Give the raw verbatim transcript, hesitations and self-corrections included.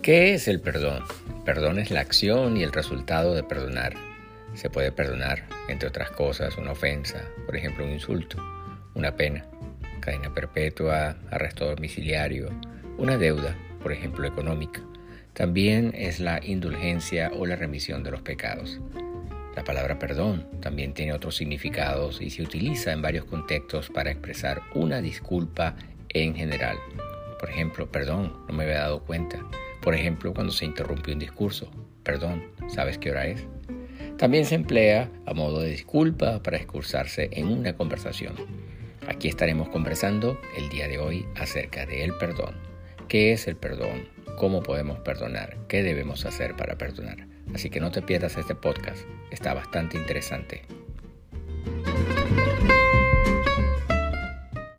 ¿Qué es el perdón? Perdón es la acción y el resultado de perdonar. Se puede perdonar, entre otras cosas, una ofensa, por ejemplo, un insulto, una pena, cadena perpetua, arresto domiciliario, una deuda, por ejemplo, económica. También es la indulgencia o la remisión de los pecados. La palabra perdón también tiene otros significados y se utiliza en varios contextos para expresar una disculpa en general. Por ejemplo, perdón, no me había dado cuenta. Por ejemplo, cuando se interrumpe un discurso. Perdón, ¿sabes qué hora es? También se emplea a modo de disculpa para excusarse en una conversación. Aquí estaremos conversando el día de hoy acerca del perdón. ¿Qué es el perdón? ¿Cómo podemos perdonar? ¿Qué debemos hacer para perdonar? Así que no te pierdas este podcast. Está bastante interesante.